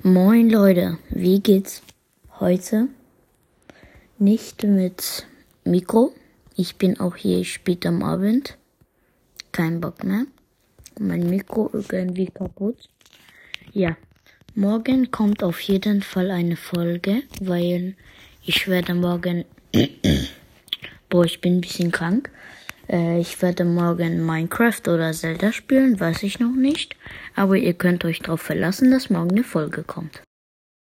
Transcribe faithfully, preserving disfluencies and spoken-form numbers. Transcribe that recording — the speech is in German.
Moin Leute, wie geht's? Heute nicht mit Mikro. Ich bin auch hier spät am Abend. Kein Bock mehr. Mein Mikro irgendwie kaputt. Ja, morgen kommt auf jeden Fall eine Folge, weil ich werde morgen... Boah, ich bin ein bisschen krank. Äh, ich werde morgen Minecraft oder Zelda spielen, weiß ich noch nicht. Aber ihr könnt euch darauf verlassen, dass morgen eine Folge kommt.